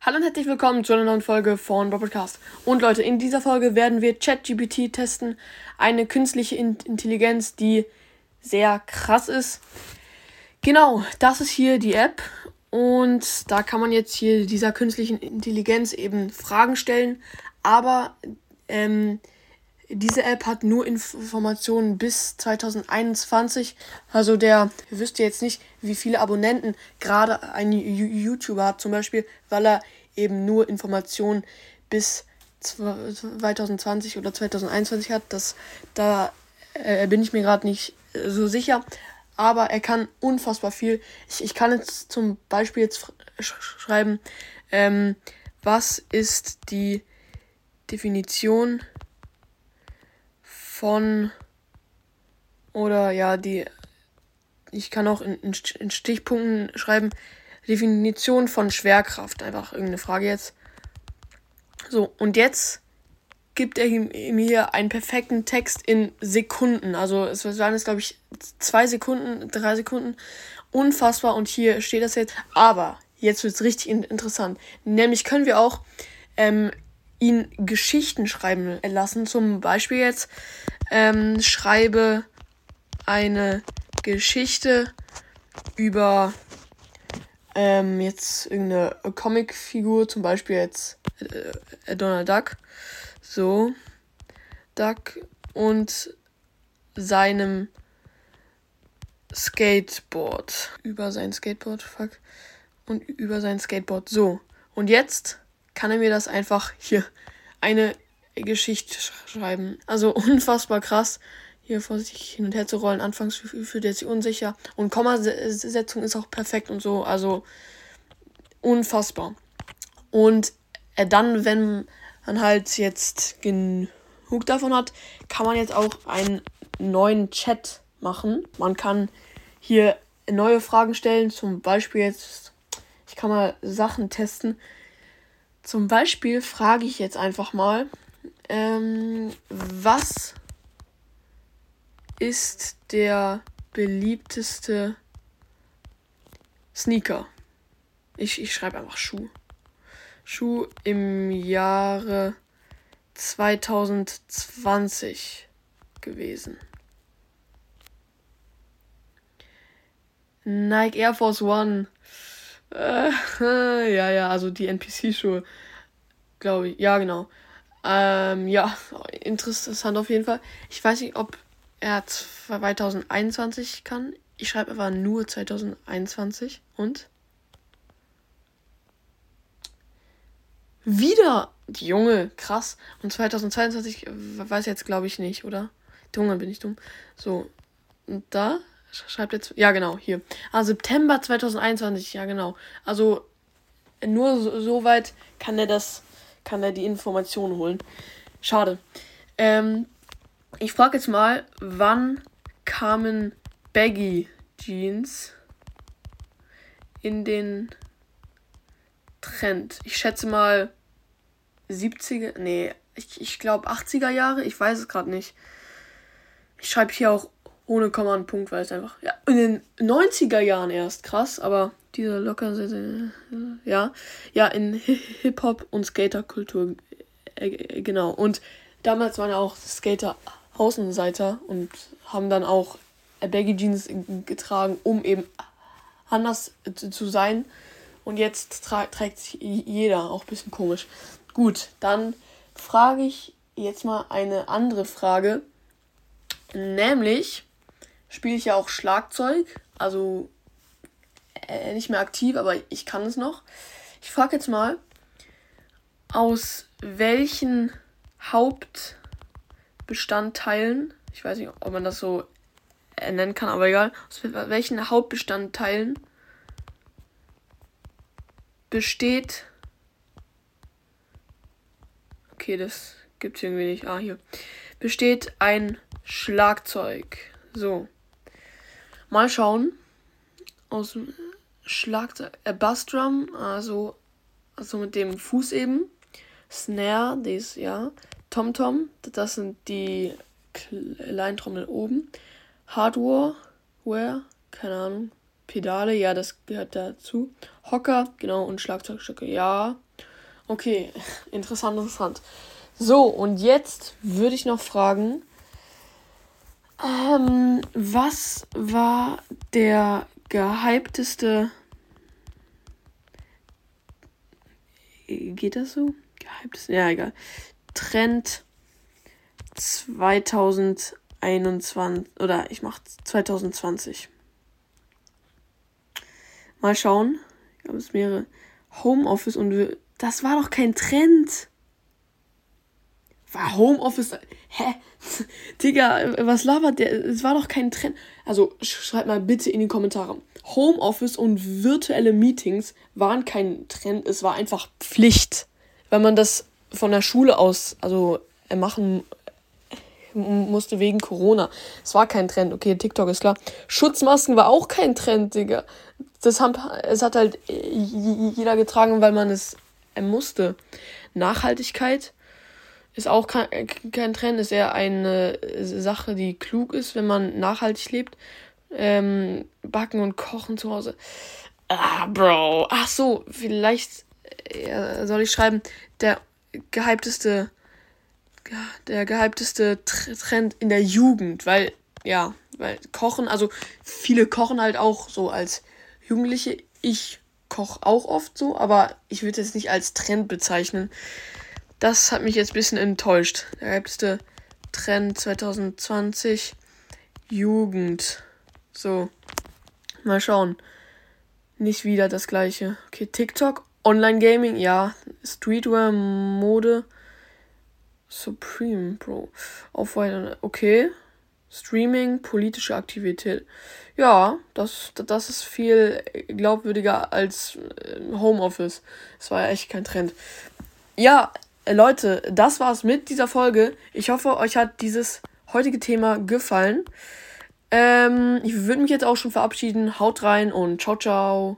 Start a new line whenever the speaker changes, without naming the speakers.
Hallo und herzlich willkommen zu einer neuen Folge von Podcast. Und Leute, in dieser Folge werden wir ChatGPT testen, eine künstliche Intelligenz, die sehr krass ist. Genau, das ist hier die App und da kann man jetzt hier dieser künstlichen Intelligenz eben Fragen stellen, aber diese App hat nur Informationen bis 2021. Also ihr wüsste jetzt nicht, wie viele Abonnenten gerade ein YouTuber hat, zum Beispiel, weil er eben nur Informationen bis 2020 oder 2021 hat. Da bin ich mir gerade nicht so sicher. Aber er kann unfassbar viel. Ich kann jetzt zum Beispiel jetzt schreiben, was ist die Definition von, oder ja, ich kann auch in Stichpunkten schreiben, Definition von Schwerkraft, einfach irgendeine Frage jetzt. So, und jetzt gibt er mir hier einen perfekten Text in Sekunden, also es waren jetzt, glaube ich, 2 Sekunden, 3 Sekunden, unfassbar, und hier steht das jetzt, aber jetzt wird es richtig interessant, nämlich können wir auch ihn Geschichten schreiben lassen. Zum Beispiel jetzt schreibe eine Geschichte über jetzt irgendeine Comicfigur, zum Beispiel jetzt Donald Duck. So, Duck und seinem Skateboard. Über sein Skateboard, und über sein Skateboard. So, und jetzt kann er mir das einfach hier eine Geschichte schreiben. Also unfassbar krass. Hier vorsichtig hin und her zu rollen. Anfangs fühlt er sich unsicher. Und Kommasetzung ist auch perfekt und so. Also unfassbar. Und dann, wenn man halt jetzt genug davon hat, kann man jetzt auch einen neuen Chat machen. Man kann hier neue Fragen stellen. Zum Beispiel jetzt, ich kann mal Sachen testen. Zum Beispiel frage ich jetzt einfach mal, was ist der beliebteste Sneaker? Ich schreibe einfach Schuh. Schuh im Jahre 2020 gewesen. Nike Air Force One. Ja, also die NPC-Schuhe, glaube ich. Ja, genau. Ja, interessant auf jeden Fall. Ich weiß nicht, ob er 2021 kann. Ich schreibe aber nur 2021 und wieder die Junge, krass. Und 2022 weiß jetzt, glaube ich, nicht, oder? Junge, bin ich dumm. So, und da schreibt jetzt, ja genau, hier. September 2021, ja genau. Also nur so weit kann er die Informationen holen. Schade. Ich frage jetzt mal, wann kamen Baggy Jeans in den Trend? Ich schätze mal 70er, nee, ich glaube 80er Jahre, ich weiß es gerade nicht. Ich schreibe hier auch ohne Komma und Punkt, weil es einfach, ja, in den 90er Jahren erst, krass, aber diese locker, ja, in Hip-Hop und Skaterkultur, genau. Und damals waren ja auch Skater Außenseiter und haben dann auch Baggy Jeans getragen, um eben anders zu sein. Und jetzt trägt jeder, auch ein bisschen komisch. Gut, dann frage ich jetzt mal eine andere Frage. Nämlich spiele ich ja auch Schlagzeug, also nicht mehr aktiv, aber ich kann es noch. Ich frage jetzt mal, aus welchen Hauptbestandteilen, ich weiß nicht, ob man das so nennen kann, aber egal, aus welchen Hauptbestandteilen besteht, okay, das gibt's irgendwie nicht, hier, besteht ein Schlagzeug. So, mal schauen, aus dem Schlagzeug, Bassdrum, also mit dem Fuß eben, Snare, Tom-Tom, das sind die kleinen Trommeln oben, Hardware, keine Ahnung, Pedale, ja, das gehört dazu. Hocker, genau, und Schlagzeugstöcke, ja. Okay, interessant. So, und jetzt würde ich noch fragen, was war der gehypteste... Geht das so? Gehypteste? Ja, egal. Trend 2021, oder ich mach 2020. Mal schauen. Ich glaube, es wäre Homeoffice und das war doch kein Trend. War Homeoffice... Hä? Digga, was labert der? Es war doch kein Trend. Also schreibt mal bitte in die Kommentare. Homeoffice und virtuelle Meetings waren kein Trend. Es war einfach Pflicht. Weil man das von der Schule aus machen musste wegen Corona. Es war kein Trend. Okay, TikTok ist klar. Schutzmasken war auch kein Trend, Digga. Es hat halt jeder getragen, weil man es musste. Nachhaltigkeit ist auch kein Trend, ist eher eine Sache, die klug ist, wenn man nachhaltig lebt. Backen und Kochen zu Hause. Bro. Ach so, vielleicht soll ich schreiben, der gehypteste Trend in der Jugend, weil Kochen, also viele kochen halt auch so als Jugendliche. Ich koche auch oft so, aber ich würde es nicht als Trend bezeichnen. Das hat mich jetzt ein bisschen enttäuscht. Der gehypteste Trend 2020, Jugend. So, mal schauen. Nicht wieder das gleiche. Okay, TikTok, Online-Gaming, ja. Streetwear, Mode, Supreme, Bro. Okay. Streaming, politische Aktivität. Ja, das ist viel glaubwürdiger als Homeoffice. Das war ja echt kein Trend. Ja, Leute, das war's mit dieser Folge. Ich hoffe, euch hat dieses heutige Thema gefallen. Ich würde mich jetzt auch schon verabschieden. Haut rein und ciao, ciao.